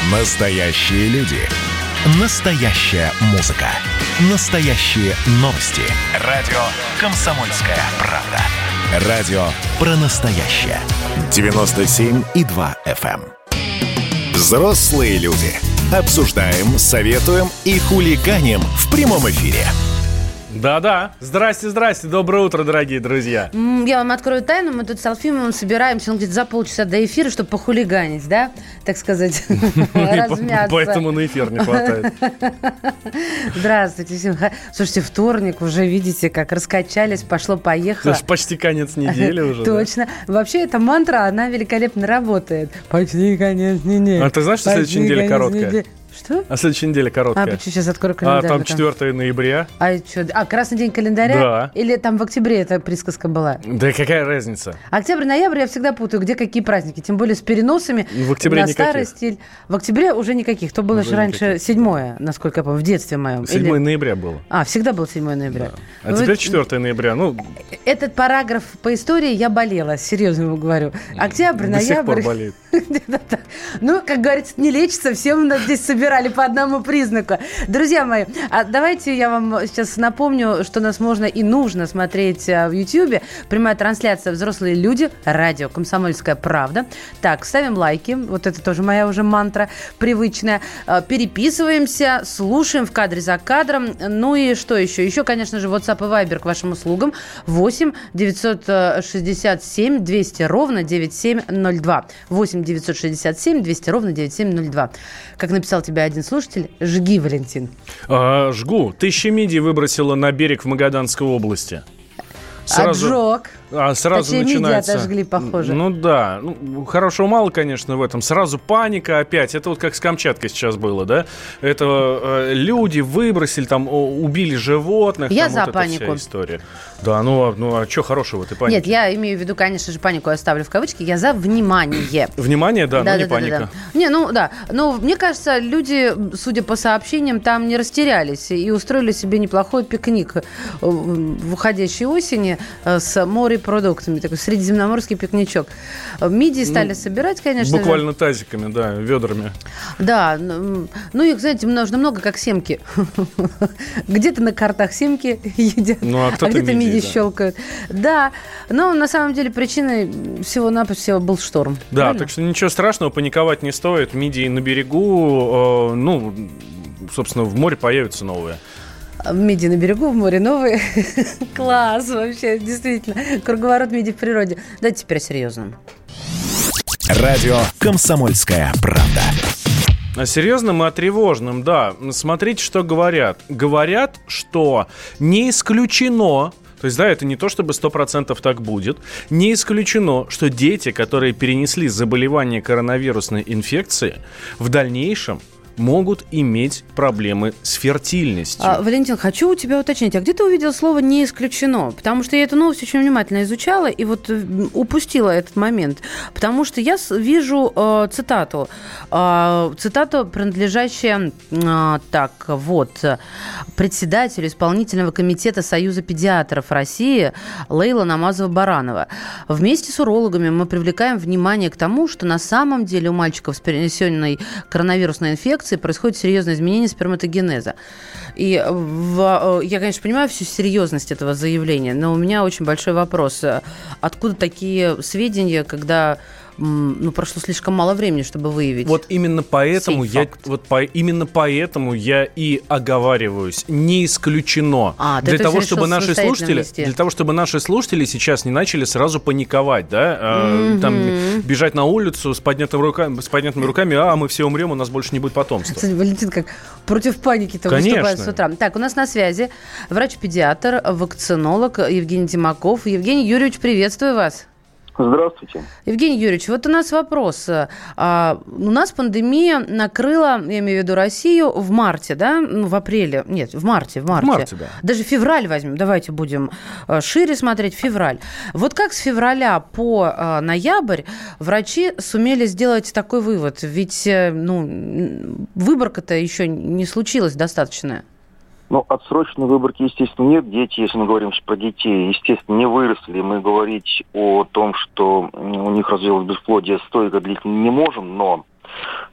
Настоящие люди. Настоящая музыка. Настоящие новости. Радио «Комсомольская правда». Радио про настоящее. 97,2 FM. Взрослые люди. Обсуждаем, советуем и хулиганим в прямом эфире. Да-да. Здрасте, доброе утро, дорогие друзья. Я вам открою тайну. Мы тут с Алфимовым собираемся где-то за полчаса до эфира, чтобы похулиганить, да? Так сказать, размяться. Поэтому на эфир не хватает. Здравствуйте всем. Слушайте, вторник уже, видите, как раскачались, пошло-поехало. Это почти конец недели уже. Точно. Вообще, эта мантра, она великолепно работает. Почти конец недели. А ты знаешь, что следующая неделя короткая? Что? А следующая неделя короткая. А почему сейчас открою календарь? Там 4 ноября. Красный день календаря? Да. Или там в октябре эта присказка была? Да какая разница? Октябрь, ноябрь я всегда путаю, где какие праздники. Тем более с переносами. В октябре на никаких. Старый стиль. В октябре уже никаких. То было же раньше 7, насколько я помню, в детстве моем. 7 ноября было. Всегда было 7 ноября. Да. А теперь 4 ноября. Этот параграф по истории я болела, серьезно вам говорю. Октябрь, ноябрь. До сих пор болит. Ну, как говорится, не лечится. Все мы нас здесь собирали по одному признаку. Друзья мои, давайте я вам сейчас напомню, что нас можно и нужно смотреть в Ютьюбе. Прямая трансляция «Взрослые люди», радио «Комсомольская правда». Так, ставим лайки. Вот это тоже моя уже мантра привычная. Переписываемся, слушаем в кадре за кадром. Ну и что еще? Еще, конечно же, WhatsApp и Viber к вашим услугам. 8 967 200 ровно 9702. 8 967 200 ровно 9702. Как написал тебе один слушатель, жги, Валентин. Жгу. 1000 мидий выбросила на берег в Магаданской области. Отжег. Сразу точнее, начинается... мидии отожгли, похоже. Ну да. Хорошего мало, конечно, в этом. Сразу паника опять. Это вот как с Камчаткой сейчас было, да? Это люди выбросили, там, убили животных. Я там, за вот панику. Эта вся история. Да, а что хорошего в этой панике? Нет, я имею в виду, конечно же, панику я ставлю в кавычки. Я за внимание. Внимание, да, но не паника. Не, но мне кажется, люди, судя по сообщениям, там не растерялись и устроили себе неплохой пикник в уходящей осени с морепродуктами. Такой средиземноморский пикничок. Мидии стали собирать, конечно. Буквально тазиками, да, ведрами. Да, их, знаете, нужно много, как семки. Где-то на картах семки едят, а где-то мидии щелкают. Да, но на самом деле причиной всего-напросто был шторм. Да, правильно? так что ничего страшного, паниковать не стоит. Мидии на берегу, собственно, в море появятся новые. Мидии на берегу, в море новые. Класс вообще, действительно. Круговорот мидий в природе. Давайте теперь о серьезном. Радио «Комсомольская правда». О серьезном и о тревожном, да. Смотрите, что говорят. Говорят, что не исключено... То есть, да, это не то, чтобы 100% так будет. Не исключено, что дети, которые перенесли заболевание коронавирусной инфекции, в дальнейшем могут иметь проблемы с фертильностью. Валентин, хочу у тебя уточнить, а где ты увидел слово «не исключено»? Потому что я эту новость очень внимательно изучала и вот упустила этот момент. Потому что я вижу цитату, принадлежащую председателю исполнительного комитета Союза педиатров России Лейла Намазова-Баранова. Вместе с урологами мы привлекаем внимание к тому, что на самом деле у мальчиков с перенесенной коронавирусной инфекцией происходит серьезное изменение сперматогенеза. И я, конечно, понимаю всю серьезность этого заявления, но у меня очень большой вопрос. Откуда такие сведения, когда прошло слишком мало времени, чтобы выявить? Вот именно поэтому я и оговариваюсь. Не исключено. Для того, чтобы наши слушатели сейчас не начали сразу паниковать, да, там бежать на улицу с поднятыми руками, мы все умрем, у нас больше не будет потомства. Кстати, Валентин как против паники-то выступает с утра. Так, у нас на связи врач-педиатр, вакцинолог Евгений Тимаков. Евгений Юрьевич, приветствую вас. Здравствуйте. Евгений Юрьевич, вот у нас вопрос. У нас пандемия накрыла, я имею в виду Россию, в марте, да? В апреле. Нет, в марте. В марте, да. Даже февраль возьмем. Давайте будем шире смотреть. Февраль. Вот как с февраля по ноябрь врачи сумели сделать такой вывод? Ведь выборка-то еще не случилась достаточная. Отсроченной выборки, естественно, нет. Дети, если мы говорим про детей, естественно, не выросли. Мы говорить о том, что у них развилось бесплодие, стойко длительно не можем, но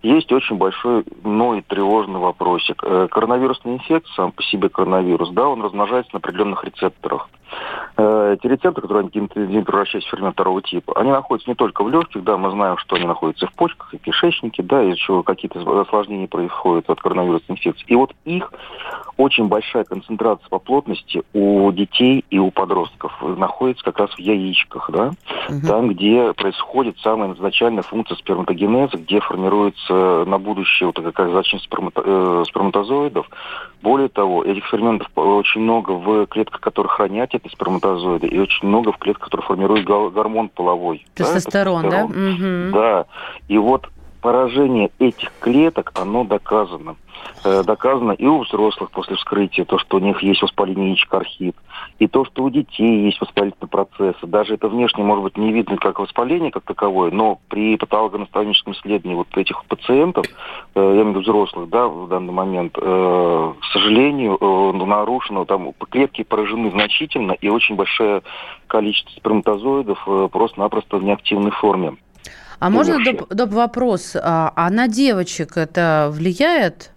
есть очень большой, но и тревожный вопросик. Коронавирусная инфекция, сам по себе коронавирус, да, он размножается на определенных рецепторах. Эти рецепторы, которые антигенитализм превращаются в фермент второго типа, они находятся не только в легких, да, мы знаем, что они находятся и в почках, и в кишечнике, да, и еще какие-то осложнения происходят от коронавирусной инфекции. И вот их очень большая концентрация по плотности у детей и у подростков находится как раз в яичках, да, там, где происходит самая изначальная функция сперматогенеза, где формируется на будущее вот такая зачаточность сперматозоидов. Более того, этих ферментов очень много в клетках, которые хранят эти сперматозоиды, и очень много в клетках, которые формируют гормон половой. Тестостерон, да? Да. И вот поражение этих клеток, оно доказано. Доказано и у взрослых после вскрытия, то, что у них есть воспаление яичка архит, и то, что у детей есть воспалительные процессы. Даже это внешне, может быть, не видно как воспаление как таковое, но при патологоанатомическом исследовании вот этих пациентов, я имею в виду взрослых, да, в данный момент, к сожалению, нарушено, там клетки поражены значительно, и очень большое количество сперматозоидов просто-напросто в неактивной форме. А можно доп. Вопрос? А на девочек это влияет?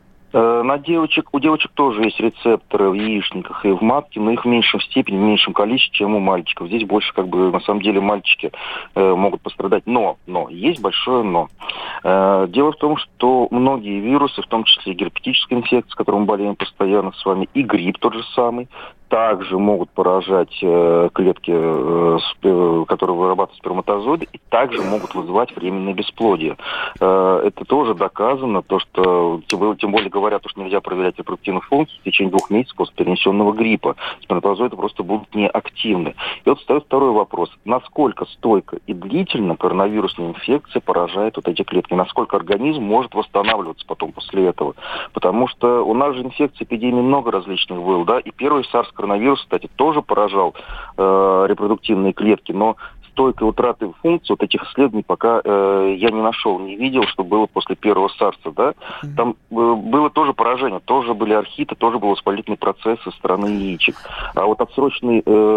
На девочек, у девочек тоже есть рецепторы в яичниках и в матке, но их в меньшей степени, в меньшем количестве, чем у мальчиков. Здесь больше, на самом деле, мальчики могут пострадать. Но, есть большое но. Дело в том, что многие вирусы, в том числе и герпетическая инфекция, с которой мы болеем постоянно с вами, и грипп тот же самый, также могут поражать клетки, которые вырабатывают сперматозоиды, и также могут вызывать временное бесплодие. Это тоже доказано, то, что, тем более говорят, что нельзя проверять репродуктивную функцию в течение 2 месяцев после перенесенного гриппа. Сперматозоиды просто будут неактивны. И вот встает второй вопрос. Насколько стойко и длительно коронавирусная инфекция поражает вот эти клетки? Насколько организм может восстанавливаться потом после этого? Потому что у нас же инфекций, эпидемий много различных было, да, и первый SARS-коронавирус, кстати, тоже поражал репродуктивные клетки, но стойкой утраты функций вот этих исследований пока я не нашел, не видел, что было после первого САРСа, да. Там было тоже поражение, тоже были архиты, тоже был воспалительный процесс со стороны яичек. А вот отсрочной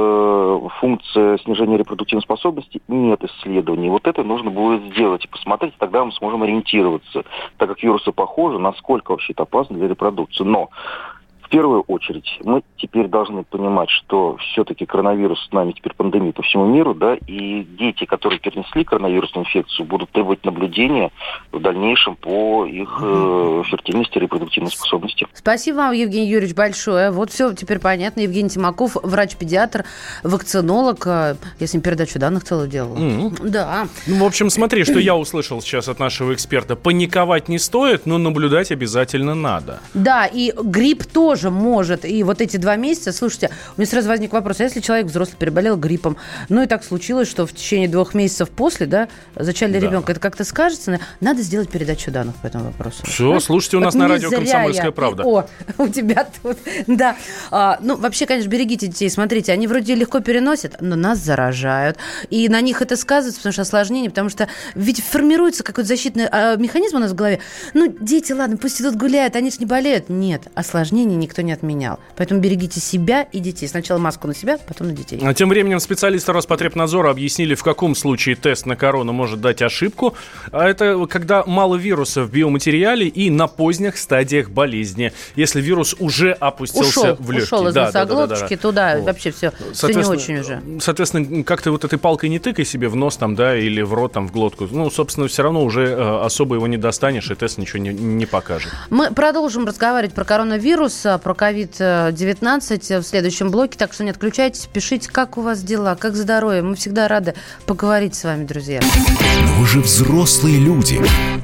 функции снижения репродуктивной способности нет исследований. Вот это нужно будет сделать и посмотреть, тогда мы сможем ориентироваться, так как вирусы похожи, насколько вообще это опасно для репродукции. Но в первую очередь мы теперь должны понимать, что все-таки коронавирус с нами теперь пандемия по всему миру, да, и дети, которые перенесли коронавирусную инфекцию, будут требовать наблюдения в дальнейшем по их фертильности, репродуктивной способности. Спасибо вам, Евгений Юрьевич, большое. Вот все теперь понятно. Евгений Тимаков, врач-педиатр, вакцинолог. Я с ним передачу данных целую делала. Да. Ну, в общем, смотри, что я услышал сейчас от нашего эксперта. Паниковать не стоит, но наблюдать обязательно надо. Да, и грипп тоже может. И вот эти 2 месяца, слушайте, у меня сразу возник вопрос, а если человек взрослый переболел гриппом, ну и так случилось, что в течение 2 месяцев после, да, зачали ребенка, это как-то скажется, надо сделать передачу данных по этому вопросу. Все, слушайте у нас на радио «Комсомольская правда». О, у тебя тут, да. Ну, вообще, конечно, берегите детей, смотрите, они вроде легко переносят, но нас заражают. И на них это сказывается, потому что осложнение, потому что ведь формируется какой-то защитный механизм у нас в голове. Ну, дети, ладно, пусть идут гуляют, они же не болеют. Нет, осложнений никто не отменял. Поэтому берегите себя и детей. Сначала маску на себя, потом на детей. А тем временем специалисты Роспотребнадзора объяснили, в каком случае тест на корону может дать ошибку. А это когда мало вируса в биоматериале и на поздних стадиях болезни. Если вирус уже опустился в легкие. Ушел из носоглоточки туда, вот. Вообще все не очень уже. Соответственно, как ты вот этой палкой не тыкай себе в нос там, да, или в рот, там, в глотку. Ну, собственно, все равно уже особо его не достанешь, и тест ничего не покажет. Мы продолжим разговаривать про коронавирус, про COVID-19 в следующем блоке, так что не отключайтесь, пишите, как у вас дела, как здоровье. Мы всегда рады поговорить с вами, друзья. Но вы же взрослые люди.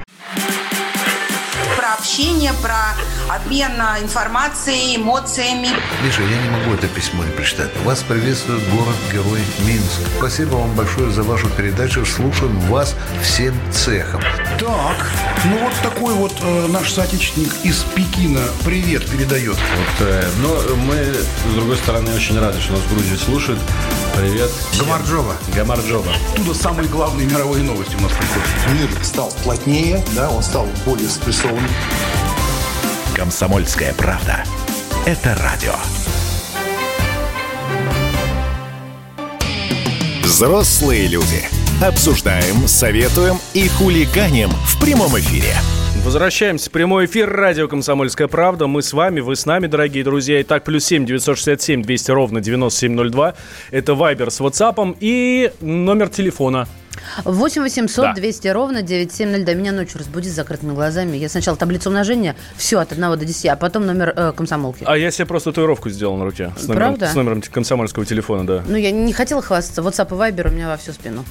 Про общение, про обмен информацией, эмоциями. Миша, я не могу это письмо не прочитать. Вас приветствует город-герой Минск. Спасибо вам большое за вашу передачу. Слушаем вас всем цехом. Так, ну вот такой вот наш соотечественник из Пекина привет передает. Вот, но мы, с другой стороны, очень рады, что нас в Грузии слушают. Привет. Гамарджоба. Оттуда самые главные мировые новости у нас приходят. Мир стал плотнее, да, он стал более спрессованным. «Комсомольская правда». Это радио. Взрослые люди. Обсуждаем, советуем и хулиганим в прямом эфире. Возвращаемся в прямой эфир. Радио «Комсомольская правда». Мы с вами, вы с нами, дорогие друзья. Итак, +7 967 200 ровно 9702. Это Вайбер с WhatsApp и номер телефона. 8 800 200 ровно 9702. Меня ночью разбуди с закрытыми глазами. Я сначала таблицу умножения, все от 1 до 10, а потом номер комсомолки. А я себе просто татуировку сделал на руке. Правда? С номером комсомольского телефона, да. Ну, я не хотела хвастаться. WhatsApp и Viber у меня во всю спину.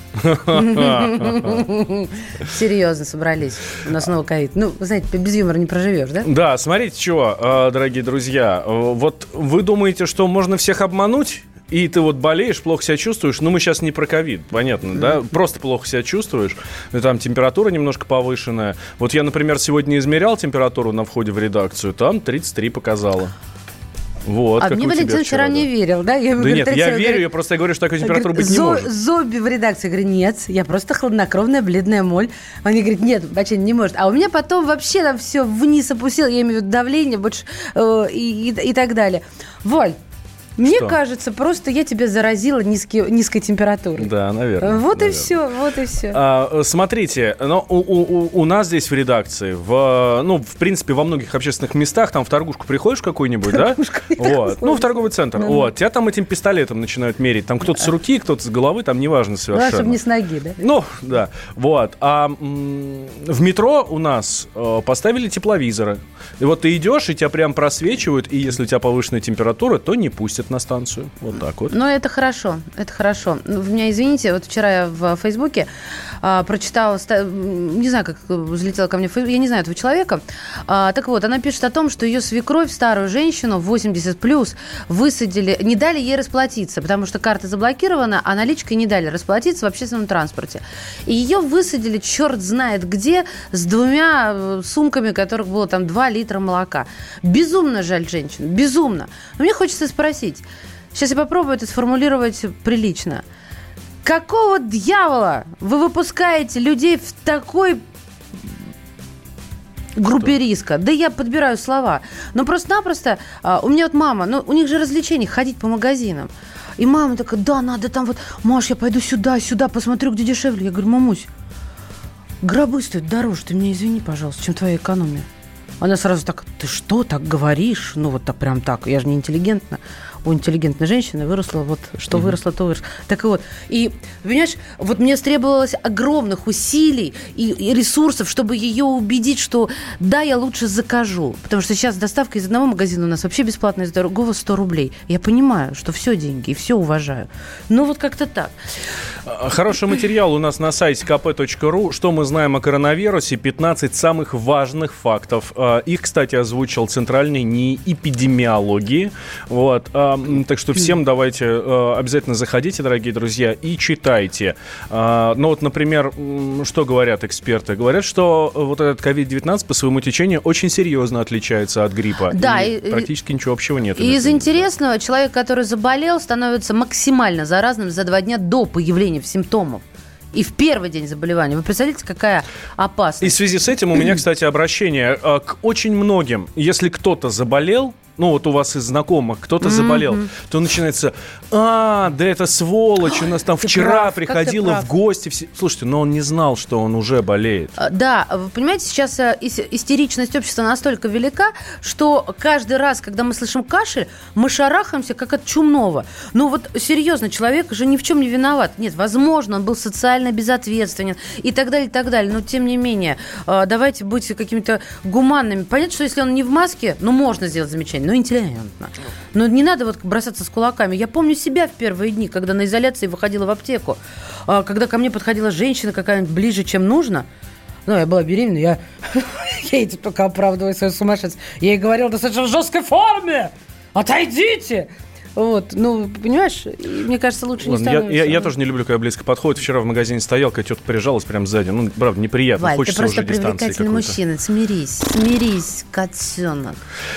Серьезно, собрались. У нас снова ковид. Ну, вы знаете, без юмора не проживешь, да? Да, смотрите, чего, дорогие друзья. Вот вы думаете, что можно всех обмануть? И ты вот болеешь, плохо себя чувствуешь. Ну, мы сейчас не про ковид, понятно, да? Просто плохо себя чувствуешь. Там температура немножко повышенная. Вот я, например, сегодня измерял температуру на входе в редакцию. Там 33 показала. Вот, а мне Валентин вчера не верил, да? Я говорю, нет, я верю, я просто говорю, что такой температуры быть не может. Зомби в редакции. Я говорю, нет, я просто хладнокровная бледная моль. Они говорят, нет, Бачен, не может. А у меня потом вообще там все вниз опустило, я имею в виду давление больше и так далее. Валь, мне кажется, просто я тебя заразила низкой температурой. Да, наверное. Вот наверное. И все, вот и все. Смотрите, у нас здесь в редакции, в принципе, во многих общественных местах, там в торгушку приходишь какую-нибудь, да? Вот. Ну, в торговый центр. Вот. Тебя там этим пистолетом начинают мерить. Там кто-то с руки, кто-то с головы, там неважно совершенно. Главное, чтобы не с ноги, да? Ну, да. Вот. А в метро у нас поставили тепловизоры. И вот ты идешь, и тебя прям просвечивают, и если у тебя повышенная температура, то не пустят на станцию. Вот так вот. Ну, это хорошо. Это хорошо. У меня, извините, вот вчера я в Фейсбуке прочитала, не знаю, как залетела ко мне в Фейсбук, я не знаю этого человека. Так вот, она пишет о том, что ее свекровь, старую женщину, 80+, высадили, не дали ей расплатиться, потому что карта заблокирована, а наличкой не дали расплатиться в общественном транспорте. И ее высадили черт знает где с 2 сумками, в которых было там 2 литра молока. Безумно жаль женщин, безумно. Но мне хочется спросить, сейчас я попробую это сформулировать прилично. Какого дьявола вы выпускаете людей в такой группе риска? Да я подбираю слова. Но просто-напросто у меня вот мама, у них же развлечения ходить по магазинам. И мама такая, да, надо там вот, Маш, я пойду сюда, посмотрю, где дешевле. Я говорю, мамусь, гробы стоят дороже, ты меня извини, пожалуйста, чем твоя экономия. Она сразу так, ты что так говоришь? Ну, вот так, прям так, я же не интеллигентна. У интеллигентной женщины выросла, вот что выросло, то выросло. Так вот, и, понимаешь, вот мне требовалось огромных усилий и ресурсов, чтобы ее убедить, что да, я лучше закажу. Потому что сейчас доставка из одного магазина у нас вообще бесплатная, из другого 100 рублей. Я понимаю, что все деньги и все уважаю. Но вот как-то так. Хороший материал у нас на сайте kp.ru. Что мы знаем о коронавирусе? 15 самых важных фактов. Их, кстати, озвучил Центральный НИИ эпидемиологии. Вот. Так что всем давайте обязательно заходите, дорогие друзья, и читайте. Ну вот, например, что говорят эксперты? Говорят, что вот этот COVID-19 по своему течению очень серьезно отличается от гриппа. Да, и практически ничего общего нет. И из интересного, человек, который заболел, становится максимально заразным за 2 дня до появления симптомов. И в первый день заболевания. Вы представляете, какая опасность? И в связи с этим у меня, кстати, обращение к очень многим. Если кто-то заболел, ну вот у вас из знакомых кто-то заболел, то начинается, да это сволочь, у нас там вчера приходила в гости. Слушайте, но он не знал, что он уже болеет. Да, вы понимаете, сейчас истеричность общества настолько велика, что каждый раз, когда мы слышим кашель, мы шарахаемся, как от чумного. Ну вот серьезно, человек же ни в чем не виноват. Нет, возможно, он был социально безответственен и так далее, и так далее. Но тем не менее, давайте быть какими-то гуманными. Понятно, что если он не в маске, можно сделать замечание. Ну, интеллигентно. Но не надо вот бросаться с кулаками. Я помню себя в первые дни, когда на изоляции выходила в аптеку. Когда ко мне подходила женщина какая-нибудь ближе, чем нужно. Ну, я была беременна, я ей только оправдываю свою сумасшедшесть. Я ей говорила в достаточно жесткой форме. Отойдите! Вот, понимаешь, мне кажется, лучше не становится. Я тоже не люблю, когда близко подходит. Вчера в магазине стоял, когда тетка прижалась прямо сзади. Правда, неприятно. Валь, хочется ты просто уже дистанции привлекательный мужчина. Смирись, котенок.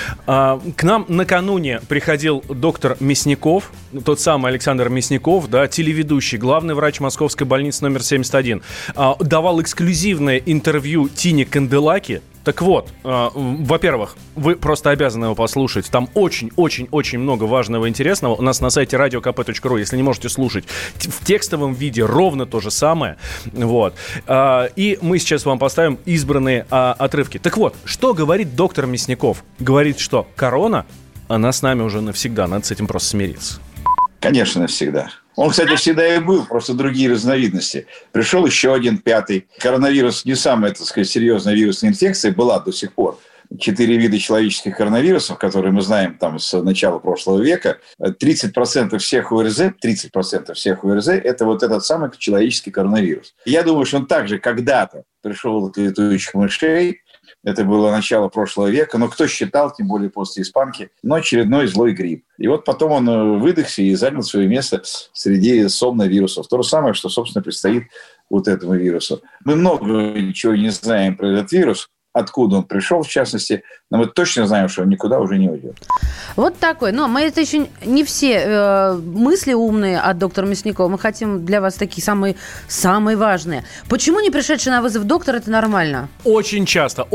К нам накануне приходил доктор Мясников, тот самый Александр Мясников, да, телеведущий, главный врач Московской больницы номер 71. Давал эксклюзивное интервью Тине Канделаки. Так вот, во-первых, вы просто обязаны его послушать. Там очень-очень-очень много важного и интересного. У нас на сайте radiokp.ru, если не можете слушать, в текстовом виде ровно то же самое. Вот. И мы сейчас вам поставим избранные отрывки. Так вот, что говорит доктор Мясников? Говорит, что корона, она с нами уже навсегда. Надо с этим просто смириться. Конечно, навсегда. Он, кстати, всегда и был, просто другие разновидности. Пришел еще один, 5-й. Коронавирус не самая, так сказать, серьезная вирусная инфекция была до сих пор. 4 вида человеческих коронавирусов, которые мы знаем там с начала прошлого века. 30% всех ОРЗ, 30% всех ОРЗ – это вот этот самый человеческий коронавирус. Я думаю, что он также когда-то пришел от летучих мышей. Это было начало прошлого века, но кто считал, тем более после испанки, но очередной злой грипп. И вот потом он выдохся и занял свое место среди сомновирусов. То же самое, что, собственно, предстоит вот этому вирусу. Мы много ничего не знаем про этот вирус, откуда он пришел, в частности, но мы точно знаем, что он никуда уже не уйдет. Вот такой. Но мы это еще не все мысли умные от доктора Мясникова. Мы хотим для вас такие самые важные. Почему не пришедший на вызов доктор – это нормально? Очень часто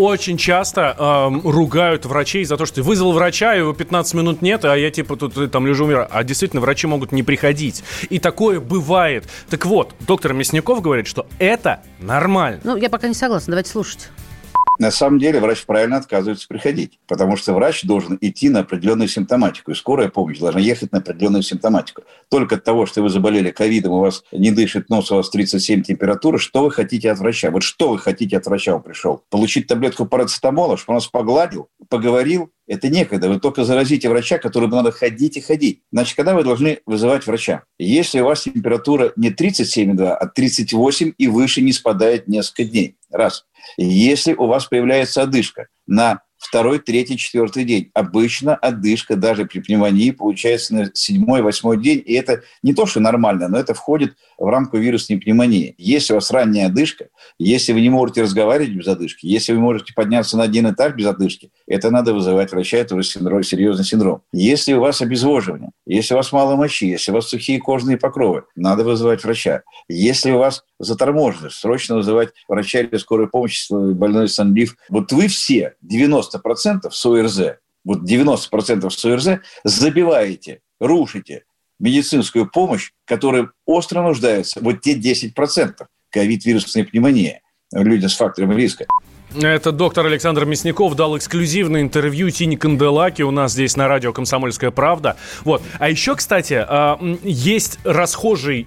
ругают врачей за то, что ты вызвал врача, его 15 минут нет, а я типа тут там лежу, умираю. А действительно, врачи могут не приходить. И такое бывает. Так вот, доктор Мясников говорит, что это нормально. Ну, я пока не согласна. Давайте слушать. На самом деле врач правильно отказывается приходить, потому что врач должен идти на определенную симптоматику, и скорая помощь должна ехать на определенную симптоматику. Только от того, что вы заболели ковидом, у вас не дышит нос, у вас 37 температура, что вы хотите от врача? Вот что вы хотите от врача, он пришел? Получить таблетку парацетамола, чтобы он вас погладил, поговорил? Это некогда. Вы только заразите врача, которому надо ходить и ходить. Значит, когда вы должны вызывать врача? Если у вас температура не 37,2, а 38 и выше не спадает несколько дней. Раз. Если у вас появляется одышка на 2-й, 3-й, 4-й день. Обычно одышка даже при пневмонии получается на 7-й, 8-й день. И это не то, что нормально, но это входит в рамку вирусной пневмонии. Если у вас ранняя одышка, если вы не можете разговаривать без одышки, если вы можете подняться на один этаж без одышки, это надо вызывать врача, это уже серьезный синдром. Если у вас обезвоживание, если у вас мало мочи, если у вас сухие кожные покровы, надо вызывать врача. Если у вас заторможенность, срочно вызывать врача или скорую помощь, больной сонлив. Вот вы все, 90% с ОРЗ, вот 90% с ОРЗ забиваете, рушите медицинскую помощь, которая остро нуждается, вот те 10%, ковид-вирусная пневмония, люди с фактором риска. Это доктор Александр Мясников дал эксклюзивное интервью Тине Канделаки у нас здесь на радио «Комсомольская правда». Вот. А еще, кстати, есть расхожий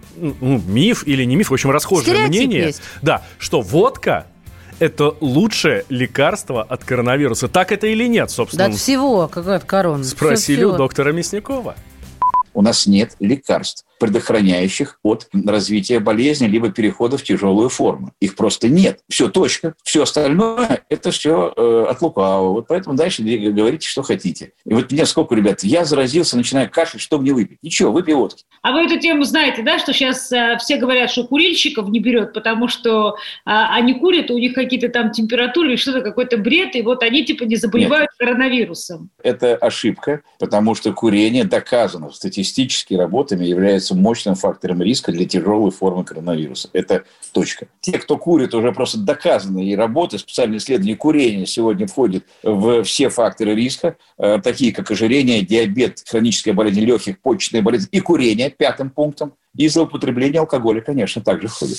миф или не миф, в общем, расхожее мнение, есть. Да, что водка – это лучшее лекарство от коронавируса. Так это или нет, собственно? Да от всего, как от короны. Спросили у доктора Мясникова. У нас нет лекарств, предохраняющих от развития болезни либо перехода в тяжелую форму. Их просто нет. Все, точка. Все остальное – это все от лукавого. Вот поэтому дальше говорите, что хотите. И вот меня сколько, ребят, я заразился, начинаю кашлять, что мне выпить? Ничего, выпей водки. А вы эту тему знаете, да, что сейчас все говорят, что курильщиков не берет, потому что они курят, у них какие-то там температуры или что-то, какой-то бред, и вот они типа не заболевают коронавирусом. Это ошибка, потому что курение доказано статистически работами является мощным фактором риска для тяжелой формы коронавируса. Это точка. Те, кто курит, уже просто доказаны и работы, специальные исследования курения сегодня входят в все факторы риска, такие как ожирение, диабет, хроническая болезнь легких, почечная болезнь и курение 5-м пунктом. И злоупотребление алкоголя, конечно, также входит.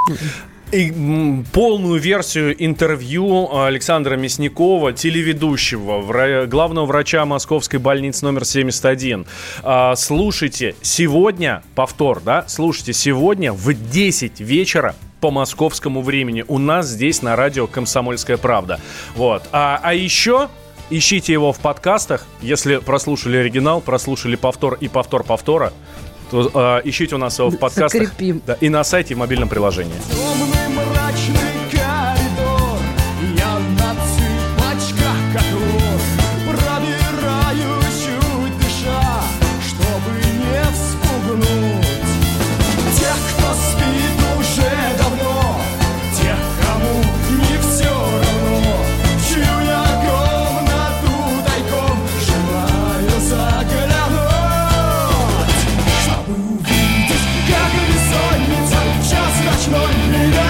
И полную версию интервью Александра Мясникова, телеведущего, главного врача Московской больницы номер 71. Слушайте сегодня, повтор, да? Слушайте сегодня в 10 вечера по московскому времени у нас здесь на радио «Комсомольская правда». Вот. А еще ищите его в подкастах. Если прослушали оригинал, прослушали повтор и повтор повтора, то ищите у нас его в подкастах, да, и на сайте, и в мобильном приложении. Темный мрачный коридор, я на цыпочках как вор пробираю, чуть дыша, чтобы не вспугнуть тех, кто спит уже давно, тех, кому не все равно, чью я комнату тайком желаю заглянуть. Как бессонница, час ночной,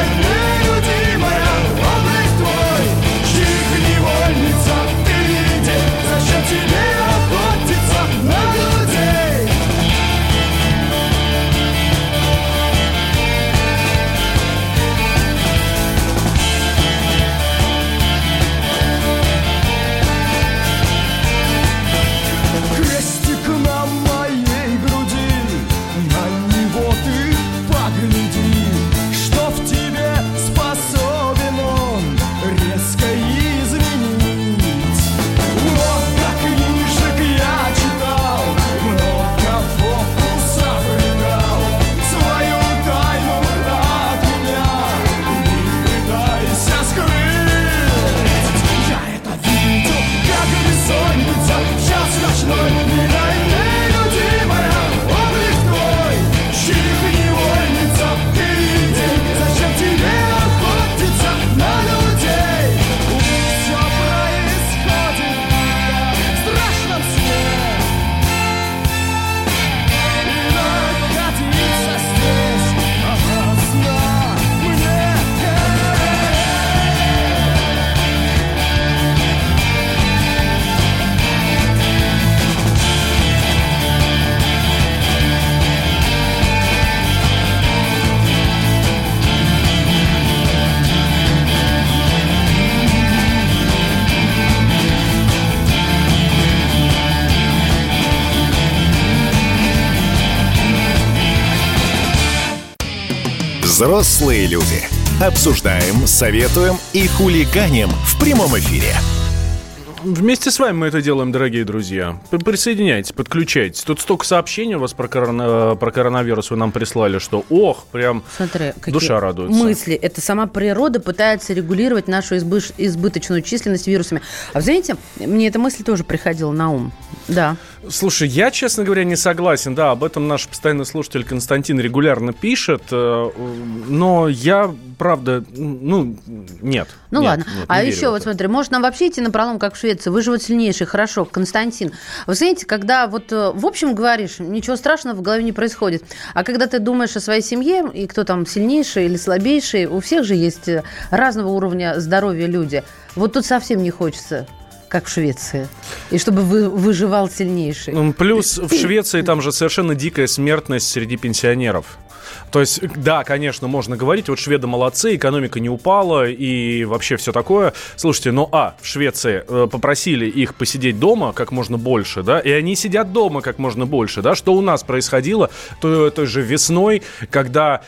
Взрослые люди. Обсуждаем, советуем и хулиганим в прямом эфире. Вместе с вами мы это делаем, дорогие друзья. Присоединяйтесь, подключайтесь. Тут столько сообщений у вас про коронавирус вы нам прислали, что прям Смотри, душа радуется. Мысли. Это сама природа пытается регулировать нашу избыточную численность вирусами. А вы знаете, мне эта мысль тоже приходила на ум. Да. Слушай, я, честно говоря, не согласен. Да, об этом наш постоянный слушатель Константин регулярно пишет. Но я, правда, нет. Ну ладно. Нет, еще вот смотри, может нам вообще идти напролом, как в Швеции, выживать сильнейший. Хорошо, Константин. Вы знаете, когда вот в общем говоришь, ничего страшного в голове не происходит. А когда ты думаешь о своей семье, и кто там сильнейший или слабейший, у всех же есть разного уровня здоровья люди. Вот тут совсем не хочется, как в Швеции. И чтобы выживал сильнейший. Плюс в Швеции там же совершенно дикая смертность среди пенсионеров. То есть, да, конечно, можно говорить, вот шведы молодцы, экономика не упала и вообще все такое. Слушайте, в Швеции попросили их посидеть дома как можно больше, да, и они сидят дома как можно больше, да. Что у нас происходило той же весной, когда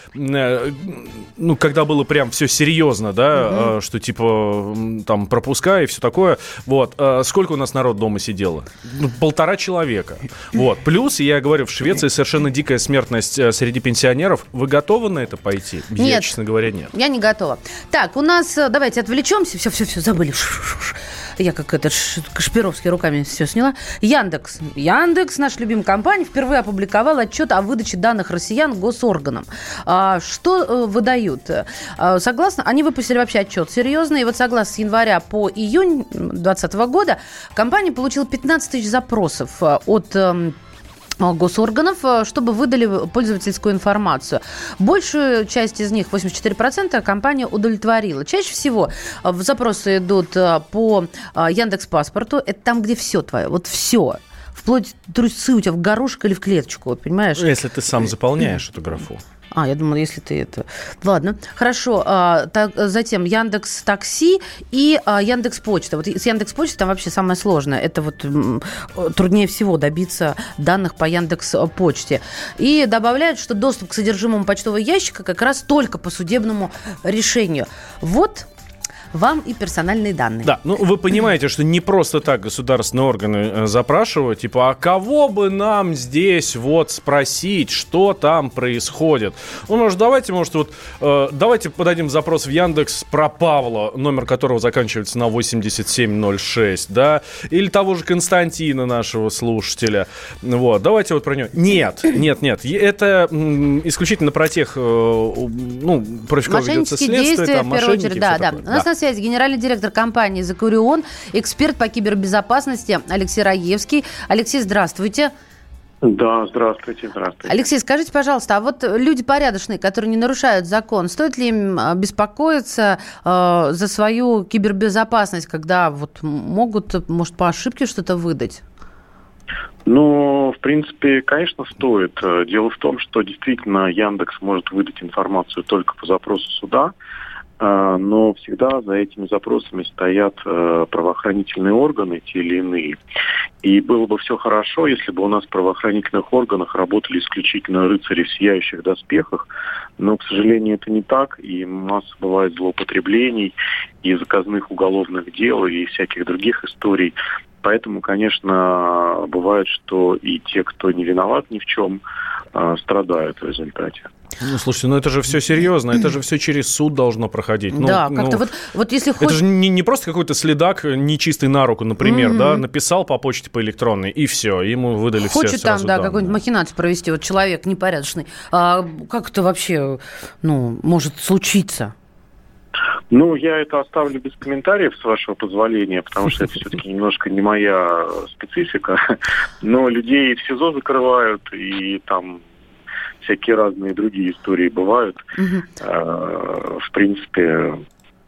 было прям все серьезно, да, что типа там пропуска и все такое. Вот, сколько у нас народ дома сидело? 1,5 человека. Вот, плюс, я говорю, в Швеции совершенно дикая смертность среди пенсионеров. Вы готовы на это пойти? Нет. Я, честно говоря, нет. Я не готова. Так, у нас, давайте отвлечемся. Все, забыли. Я как Кашпировский руками все сняла. Яндекс, наша любимая компания, впервые опубликовал отчет о выдаче данных россиян госорганам. Что выдают? Они выпустили вообще отчет серьезный. И вот согласно с января по июнь 2020 года компания получила 15 тысяч запросов от госорганов, чтобы выдали пользовательскую информацию. Большую часть из них, 84%, компания удовлетворила. Чаще всего запросы идут по Яндекс.Паспорту. Это там, где все твое. Вот все. Вплоть трусы у тебя в горошек или в клеточку, вот, понимаешь? Если ты сам заполняешь эту графу. Я думала, если ты это... Ладно, хорошо. Затем Яндекс.Такси и Яндекс.Почта. Вот с Яндекс.Почтой там вообще самое сложное. Это вот труднее всего добиться данных по Яндекс.Почте. И добавляют, что доступ к содержимому почтового ящика как раз только по судебному решению. Вот вам и персональные данные. Да, вы понимаете, что не просто так государственные органы запрашивают, типа, а кого бы нам здесь вот спросить, что там происходит? Давайте подадим запрос в Яндекс про Павла, номер которого заканчивается на 8706, да, или того же Константина, нашего слушателя. Вот, давайте вот про него. Нет, это исключительно про тех, против кого ведется следствие, там, мошенники, да. У нас на связи генеральный директор компании «Закурион», эксперт по кибербезопасности Алексей Раевский. Алексей, здравствуйте. Да, здравствуйте. Алексей, скажите, пожалуйста, а вот люди порядочные, которые не нарушают закон, стоит ли им беспокоиться за свою кибербезопасность, когда вот могут, может, по ошибке что-то выдать? В принципе, конечно, стоит. Дело в том, что действительно Яндекс может выдать информацию только по запросу суда, но всегда за этими запросами стоят правоохранительные органы, те или иные. И было бы все хорошо, если бы у нас в правоохранительных органах работали исключительно рыцари в сияющих доспехах, но, к сожалению, это не так, и масса бывает злоупотреблений, и заказных уголовных дел, и всяких других историй. Поэтому, конечно, бывает, что и те, кто не виноват ни в чем, страдают в результате. Слушайте, это же все серьезно, это же все через суд должно проходить. Как-то вот если это же не просто какой-то следак нечистый на руку, например, да, написал по почте по электронной, и все, ему выдали все сразу. Хочет там, какую-нибудь махинацию провести, вот человек непорядочный. Как это вообще, может случиться? Я это оставлю без комментариев, с вашего позволения, потому что это все-таки немножко не моя специфика. Но людей в СИЗО закрывают, и там всякие разные другие истории бывают. В принципе,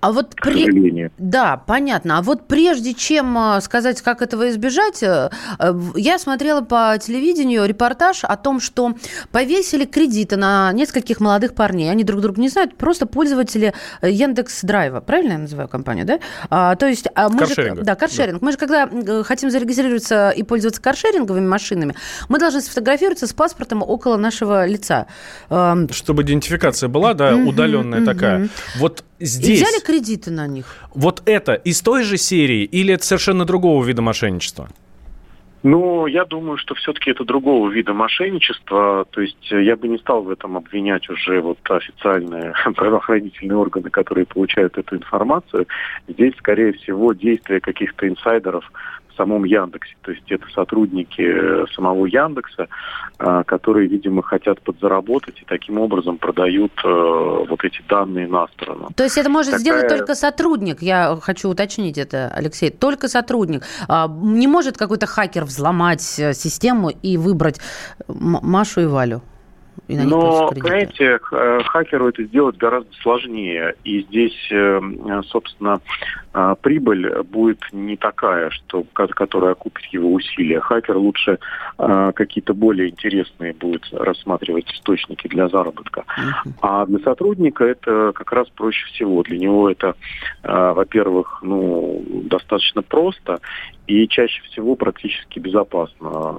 А вот к сожалению. Да, понятно. А вот прежде чем сказать, как этого избежать, я смотрела по телевидению репортаж о том, что повесили кредиты на нескольких молодых парней. Они друг друга не знают, просто пользователи Яндекс.Драйва. Правильно я называю компанию, да? То есть каршеринг. Да, каршеринг. Мы же, когда хотим зарегистрироваться и пользоваться каршеринговыми машинами, мы должны сфотографироваться с паспортом около нашего лица. Чтобы идентификация была, да, удаленная такая. Вот здесь... И взяли кредиты на них. Вот это из той же серии или это совершенно другого вида мошенничества? Ну, я думаю, что все-таки это другого вида мошенничества. То есть я бы не стал в этом обвинять уже вот официальные правоохранительные органы, которые получают эту информацию. Здесь, скорее всего, действия каких-то инсайдеров в самом Яндексе. То есть это сотрудники самого Яндекса, которые, видимо, хотят подзаработать и таким образом продают вот эти данные на сторону. То есть это может сделать только сотрудник? Я хочу уточнить это, Алексей. Только сотрудник. Не может какой-то хакер взломать систему и выбрать Машу и Валю? Но, понимаете, хакеру это сделать гораздо сложнее. И здесь, собственно, прибыль будет не такая, которая окупит его усилия. Хакер лучше какие-то более интересные будет рассматривать источники для заработка. А для сотрудника это как раз проще всего. Для него это, во-первых, достаточно просто и чаще всего практически безопасно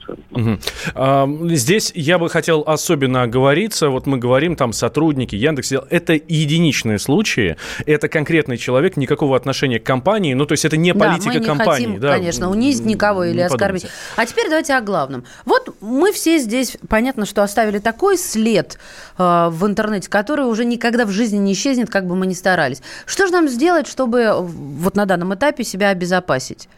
100%. Здесь я бы хотел особенно оговориться. Вот мы говорим, там, сотрудники, Яндекс. Это единичные случаи. Это конкретный человек, никакого отношения к компании. Ну, то есть это не политика компании. Мы не хотим, конечно, унизить никого или оскорбить. А теперь давайте о главном. Вот мы все здесь, понятно, что оставили такой след в интернете, который уже никогда в жизни не исчезнет, как бы мы ни старались. Что же нам сделать, чтобы вот на данном этапе себя обезопасить?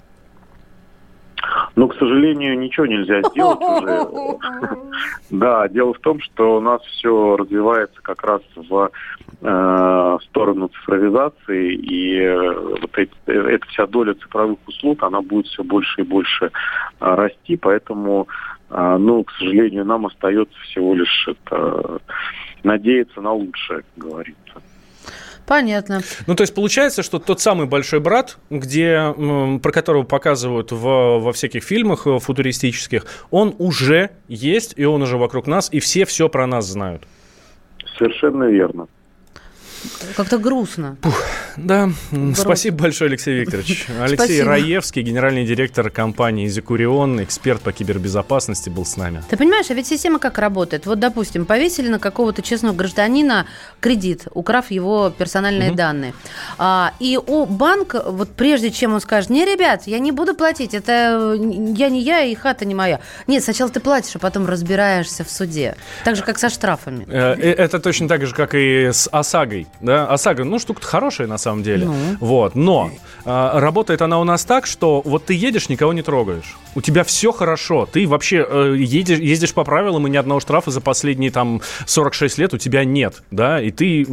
Ну, к сожалению, ничего нельзя сделать уже. Да, дело в том, что у нас все развивается как раз в сторону цифровизации, и вот эта вся доля цифровых услуг, она будет все больше и больше расти, поэтому, к сожалению, нам остается всего лишь надеяться на лучшее, как говорится. Понятно. Ну, то есть получается, что тот самый большой брат, про которого показывают во всяких фильмах футуристических, он уже есть, и он уже вокруг нас, и все про нас знают. Совершенно верно. Как-то грустно. Да, спасибо большое, Алексей Викторович. Алексей Раевский, генеральный директор компании «Зикурион», эксперт по кибербезопасности, был с нами. Ты понимаешь, а ведь система как работает? Вот, допустим, повесили на какого-то честного гражданина кредит, украв его персональные данные. И банк, вот прежде чем он скажет: не, ребят, я не буду платить, это я не я и хата не моя. Нет, сначала ты платишь, а потом разбираешься в суде. Так же, как со штрафами. Это точно так же, как и с ОСАГОй. Да? ОСАГО, штука-то хорошая на самом деле. Вот. Но работает она у нас так, что вот ты едешь, никого не трогаешь. У тебя все хорошо. Ты вообще ездишь по правилам, и ни одного штрафа за последние 46 лет у тебя нет. Да? И ты,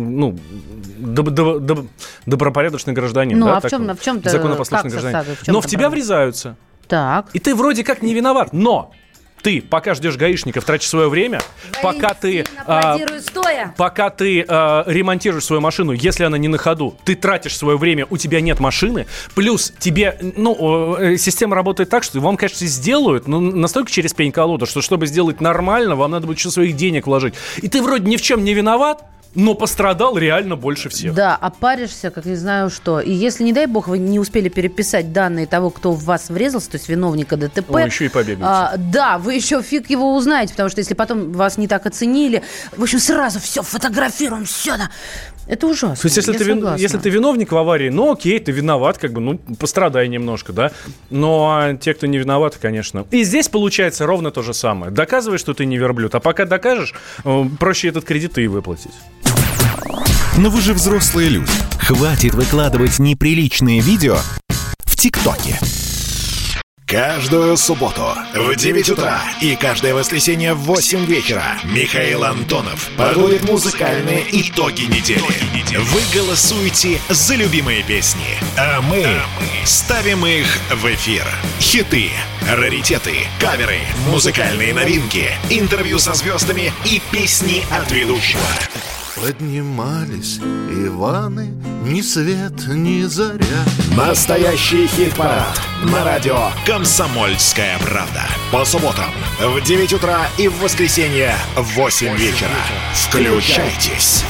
добропорядочный гражданин. Ну, да? а в чем ты законопослушный гражданин. Но в тебя врезаются. Так. И ты вроде как не виноват, но... Ты пока ждешь гаишников, тратишь свое время, пока ты ремонтируешь свою машину, если она не на ходу, ты тратишь свое время, у тебя нет машины, плюс тебе, система работает так, что вам, конечно, сделают, настолько через пень-колоду, что чтобы сделать нормально, вам надо будет еще своих денег вложить. И ты вроде ни в чем не виноват, но пострадал реально больше всех. Да, опаришься, как не знаю что. И если, не дай бог, вы не успели переписать данные того, кто в вас врезался, то есть виновника ДТП... Вы еще и побегаете. Да, вы еще фиг его узнаете, потому что если потом вас не так оценили, в общем, сразу все фотографируем, все, да. Это ужасно. То есть, если ты виновник в аварии, окей, ты виноват, пострадай немножко, да. Но те, кто не виноваты, конечно. И здесь получается ровно то же самое. Доказывай, что ты не верблюд, а пока докажешь, проще этот кредит и выплатить. Но вы же взрослые люди. Хватит выкладывать неприличные видео в ТикТоке. Каждую субботу в 9 утра и каждое воскресенье в 8 вечера Михаил Антонов подводит музыкальные итоги недели. Вы голосуете за любимые песни, а мы ставим их в эфир. Хиты, раритеты, каверы, музыкальные новинки, интервью со звездами и песни от ведущего. Поднимались Иваны, ни свет, ни заря. Настоящий хит-парад на радио «Комсомольская правда». По субботам в 9 утра и в воскресенье в 8 вечера. Включайтесь.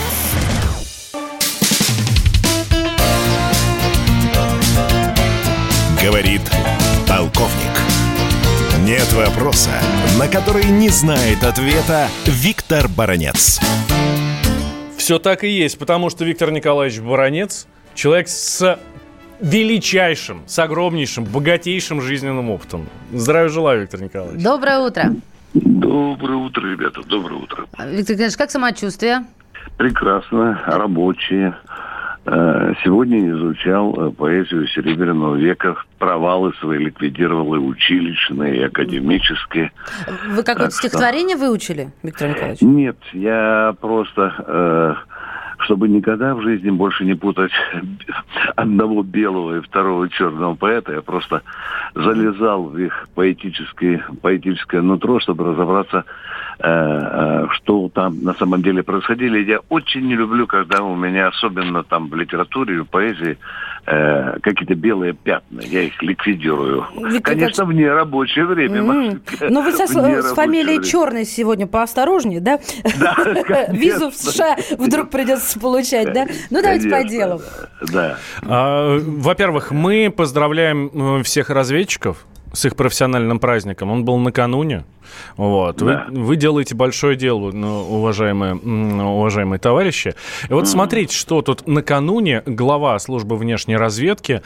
Говорит полковник. Нет вопроса, на который не знает ответа Виктор Баранец. Все так и есть, потому что Виктор Николаевич Баранец — человек с величайшим, с огромнейшим, богатейшим жизненным опытом. Здравия желаю, Виктор Николаевич. Доброе утро. Доброе утро, ребята, доброе утро. Виктор Николаевич, как самочувствие? Прекрасно, рабочие. Сегодня изучал поэзию Серебряного века. Провалы свои ликвидировал и училищные, и академические. Вы какое-то стихотворение выучили, Виктор Николаевич? Нет, я просто, чтобы никогда в жизни больше не путать одного белого и второго черного поэта, я просто залезал в их поэтическое нутро, чтобы разобраться, что там на самом деле происходило. Я очень не люблю, когда у меня, особенно там в литературе и в поэзии, какие-то белые пятна. Я их ликвидирую. Конечно, в нерабочее время. Но вы с фамилией Черный сегодня поосторожнее, да? Да, визу в США вдруг придется получать, да? Ну, давайте по делу. Да. Во-первых, мы поздравляем всех разведчиков с их профессиональным праздником. Он был накануне. Вот. Да. Вы делаете большое дело, уважаемые товарищи. И вот смотрите, что тут накануне глава службы внешней разведки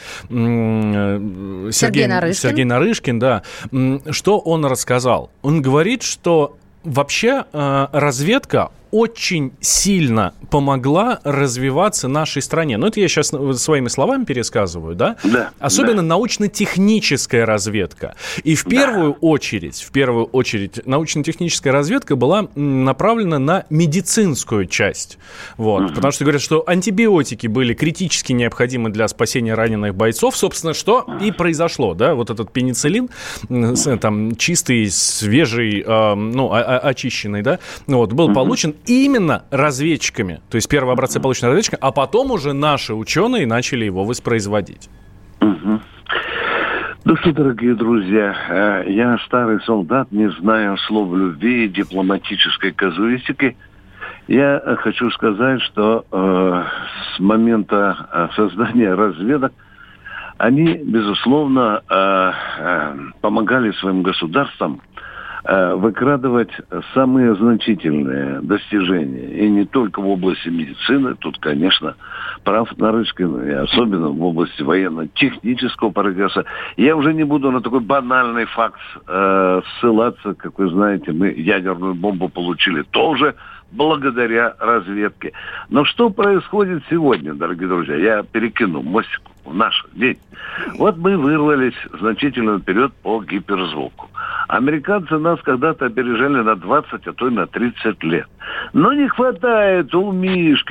Сергей Нарышкин, да, что он рассказал? Он говорит, что вообще разведка очень сильно помогла развиваться нашей стране. Ну, это я сейчас своими словами пересказываю, да? Да. Особенно научно-техническая разведка. И в первую очередь, научно-техническая разведка была направлена на медицинскую часть. Вот. Потому что говорят, что антибиотики были критически необходимы для спасения раненых бойцов. Собственно, что и произошло, да? Вот этот пенициллин, там, чистый, свежий, очищенный, да? Вот, был получен именно разведчиками. То есть первые образцы получены разведчиками, а потом уже наши ученые начали его воспроизводить. Ну что, дорогие друзья, я старый солдат, не знаю слов любви и дипломатической казуистики. Я хочу сказать, что с момента создания разведок они, безусловно, помогали своим государствам выкрадывать самые значительные достижения. И не только в области медицины, тут, конечно, прав Нарышкин, и особенно в области военно-технического прогресса. Я уже не буду на такой банальный факт ссылаться, как вы знаете, мы ядерную бомбу получили тоже благодаря разведке. Но что происходит сегодня, дорогие друзья? Я перекину мостик в наш день. Вот мы вырвались значительно вперед по гиперзвуку. Американцы нас когда-то опережали на 20, а то и на 30 лет. Но не хватает у Мишки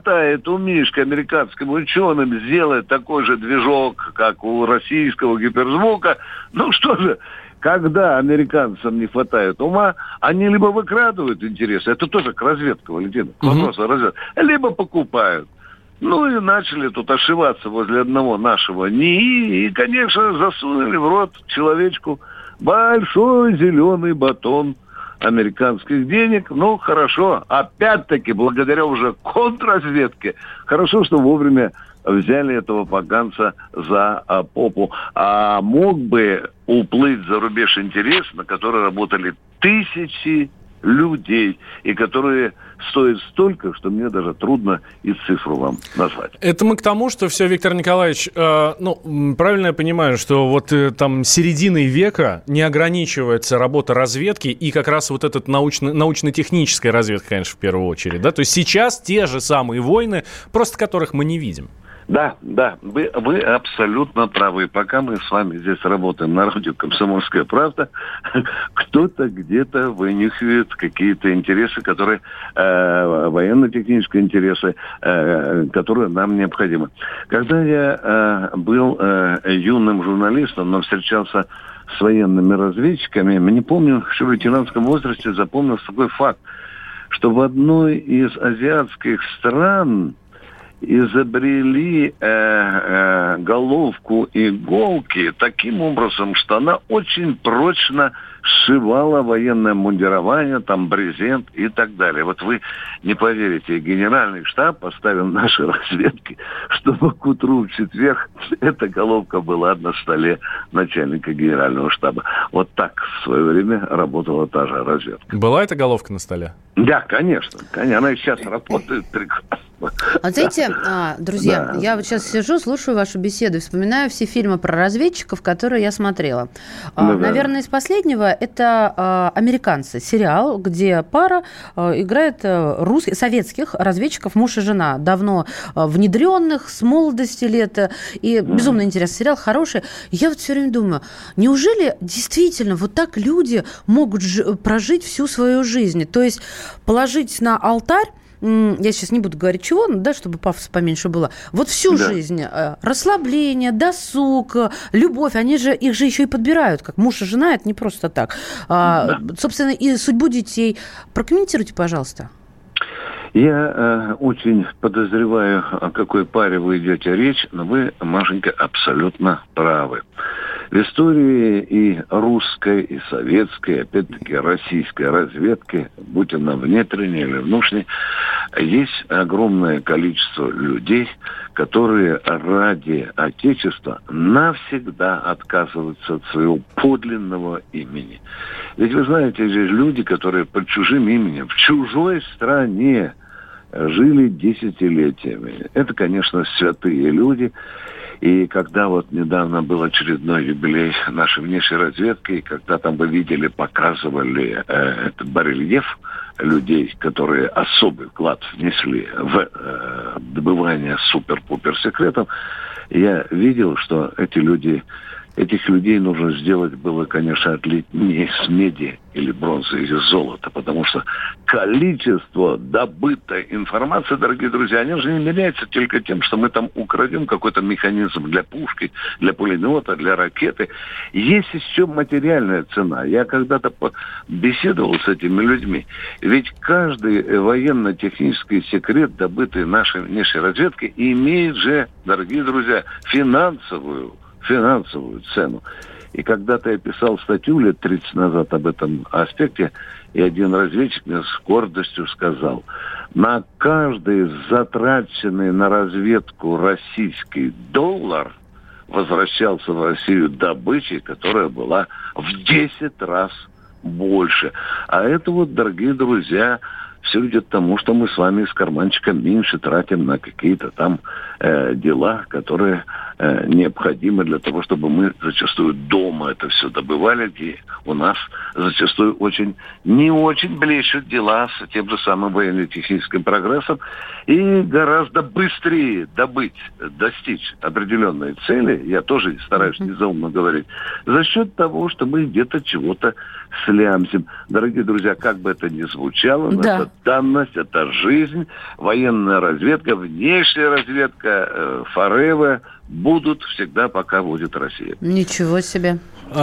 американским ученым сделать такой же движок, как у российского гиперзвука. Ну что же, когда американцам не хватает ума, они либо выкрадывают интересы, это тоже к разведке, Валентин, вопрос о разведке, либо покупают. Ну и начали тут ошиваться возле одного нашего НИИ и, конечно, засунули в рот человечку большой зеленый батон американских денег. Ну, хорошо, опять-таки, благодаря уже контрразведке, хорошо, что вовремя взяли этого поганца за попу. А мог бы уплыть за рубеж интерес, на который работали тысячи людей, и которые стоят столько, что мне даже трудно и цифру вам назвать. Это мы к тому, что все, Виктор Николаевич, правильно я понимаю, что вот там серединой века не ограничивается работа разведки и как раз вот эта научно-техническая разведка, конечно, в первую очередь, да? То есть сейчас те же самые войны, просто которых мы не видим. Да, вы абсолютно правы. Пока мы с вами здесь работаем на радио «Комсомольская правда», кто-то где-то вынюхивает какие-то интересы, которые военно-технические интересы, которые нам необходимы. Когда я был юным журналистом, но встречался с военными разведчиками, не помню, что в лейтенантском возрасте запомнился такой факт. что в одной из азиатских стран изобрели головку иголки таким образом, что она очень прочно сшивала военное мундирование, там брезент и так далее. Вот вы не поверите, Генеральный штаб поставил нашей разведке, чтобы к утру в четверг эта головка была на столе начальника Генерального штаба. Вот так в свое время работала та же разведка. Была эта головка на столе? Да, конечно. Она и сейчас работает прекрасно. Вот знаете, друзья, я вот сейчас сижу, слушаю вашу беседу и вспоминаю все фильмы про разведчиков, которые я смотрела. Наверное, из последнего это «Американцы», сериал, где пара играет советских разведчиков, муж и жена, давно внедренных, с молодости лет. И безумно интересный сериал, хороший. Я вот все время думаю, неужели действительно вот так люди могут прожить всю свою жизнь? То есть положить на алтарь, я сейчас не буду говорить чего, да, чтобы пафоса поменьше было. Вот всю жизнь расслабление, досуг, любовь, их же еще и подбирают, как муж и жена, это не просто так. Собственно, и судьбу детей. Прокомментируйте, пожалуйста. Я очень подозреваю, о какой паре вы идете речь, но вы, Машенька, абсолютно правы. В истории и русской, и советской, опять-таки российской разведки, будь она внутренняя или внешняя, есть огромное количество людей, которые ради Отечества навсегда отказываются от своего подлинного имени. Ведь вы знаете, есть люди, которые под чужим именем в чужой стране жили десятилетиями. Это, конечно, святые люди. И когда вот недавно был очередной юбилей нашей внешней разведки, и когда там вы видели, показывали этот барельеф людей, которые особый вклад внесли в добывание супер-пупер секретов, я видел, что этих людей нужно сделать было, конечно, отлить не из меди или бронзы, или золота, потому что количество добытой информации, дорогие друзья, они же не меряются только тем, что мы там украдем какой-то механизм для пушки, для пулемета, для ракеты. Есть еще материальная цена. Я когда-то беседовал с этими людьми. Ведь каждый военно-технический секрет, добытый нашей внешней разведкой, имеет же, дорогие друзья, финансовую цену. И когда-то я писал статью лет 30 назад об этом аспекте, и один разведчик мне с гордостью сказал, на каждый затраченный на разведку российский доллар возвращался в Россию добычей, которая была в 10 раз больше. А это вот, дорогие друзья, все идет к тому, что мы с вами из карманчика меньше тратим на какие-то там дела, которые необходимы для того, чтобы мы зачастую дома это все добывали, где у нас зачастую не очень блещут дела с тем же самым военно-техническим прогрессом, и гораздо быстрее достичь определенной цели, я тоже стараюсь незаумно говорить, за счет того, что мы где-то чего-то слямзим. Дорогие друзья, как бы это ни звучало, но это данность, это жизнь, военная разведка, внешняя разведка, forever будут всегда, пока будет Россия. Ничего себе.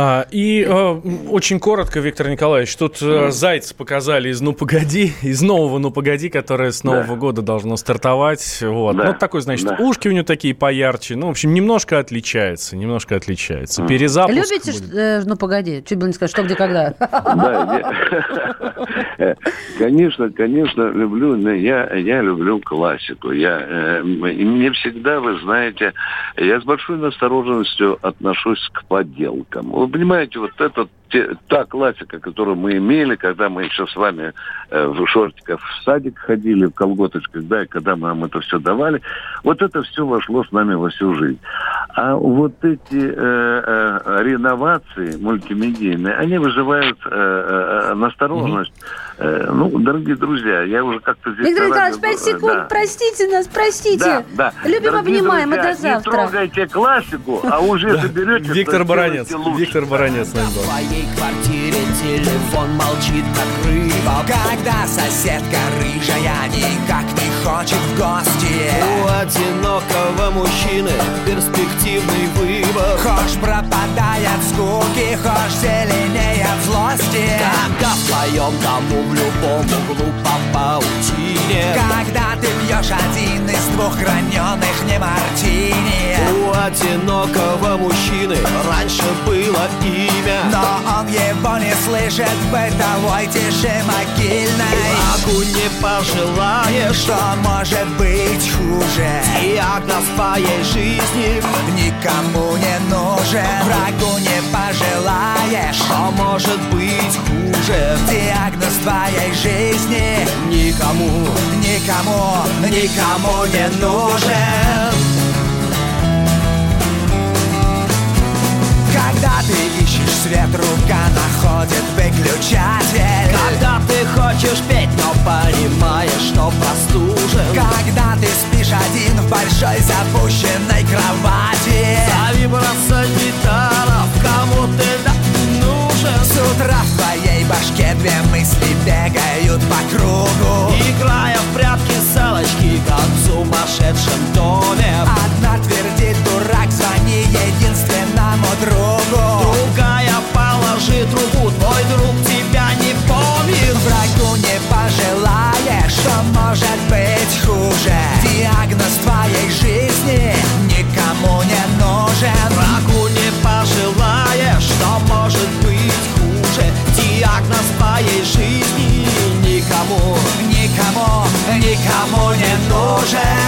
Очень коротко, Виктор Николаевич, тут Зайца показали из нового «Ну, погоди», которое с Нового года должно стартовать. Вот. Ну, такой, значит, ушки у него такие поярче. Ну, в общем, немножко отличается. Перезапуск. Любите «Ну, погоди»? Чуть было не сказать, что, где, когда. Конечно, люблю. Я люблю классику. Мне всегда, вы знаете, я с большой настороженностью отношусь к подделкам. Вы понимаете, вот это та классика, которую мы имели, когда мы еще с вами в шортиках в садик ходили, в колготочках, да, и когда мы вам это все давали, вот это все вошло с нами во всю жизнь. А вот эти реновации мультимедийные, они вызывают настороженность. Дорогие друзья, я уже как-то здесь... Виктор Николаевич, 5 секунд, простите нас, простите. Да. Любим, обнимаем, и до завтра. Не трогайте классику, а уже соберете... Виктор Баранец с нами был. В твоей квартире телефон молчит, как рыба, когда соседка рыжая никак не хочет в гости. У одинокого мужчины перспективный выбор. Хошь пропадает скуки, хошь зеленеет злость. гости. Когда в твоем дому в любом углу по паутине, когда ты пьешь один из двух граненых не мартини. У одинокого мужчины раньше было имя, но он его не слышит в бытовой тиши могильной. Врагу не пожелаешь, что может быть хуже. Диагноз твоей жизни никому не нужен. Врагу не пожелаешь, что может быть хуже. Диагноз твоей жизни никому, никому, никому не нужен. Когда ты ищешь свет, рука находит выключатель. Когда ты хочешь петь, но понимаешь, что простужен. Когда ты спишь один в большой запущенной кровати. Зови брат-санитаров, кому ты так нужен. С утра в твоей башке две мысли бегают по кругу, играя в прятки салочки, как в сумасшедшем доме. Одна твердит: дурак, звони единственному другу. Другая: положи трубу, твой друг тебя не помнит. Врагу не пожелаешь, что может быть хуже. Диагноз твоей жизни никому не нужен. Врагу не пожелаешь, что может быть хуже. Диагноз твоей жизни никому, никому, никому не нужен.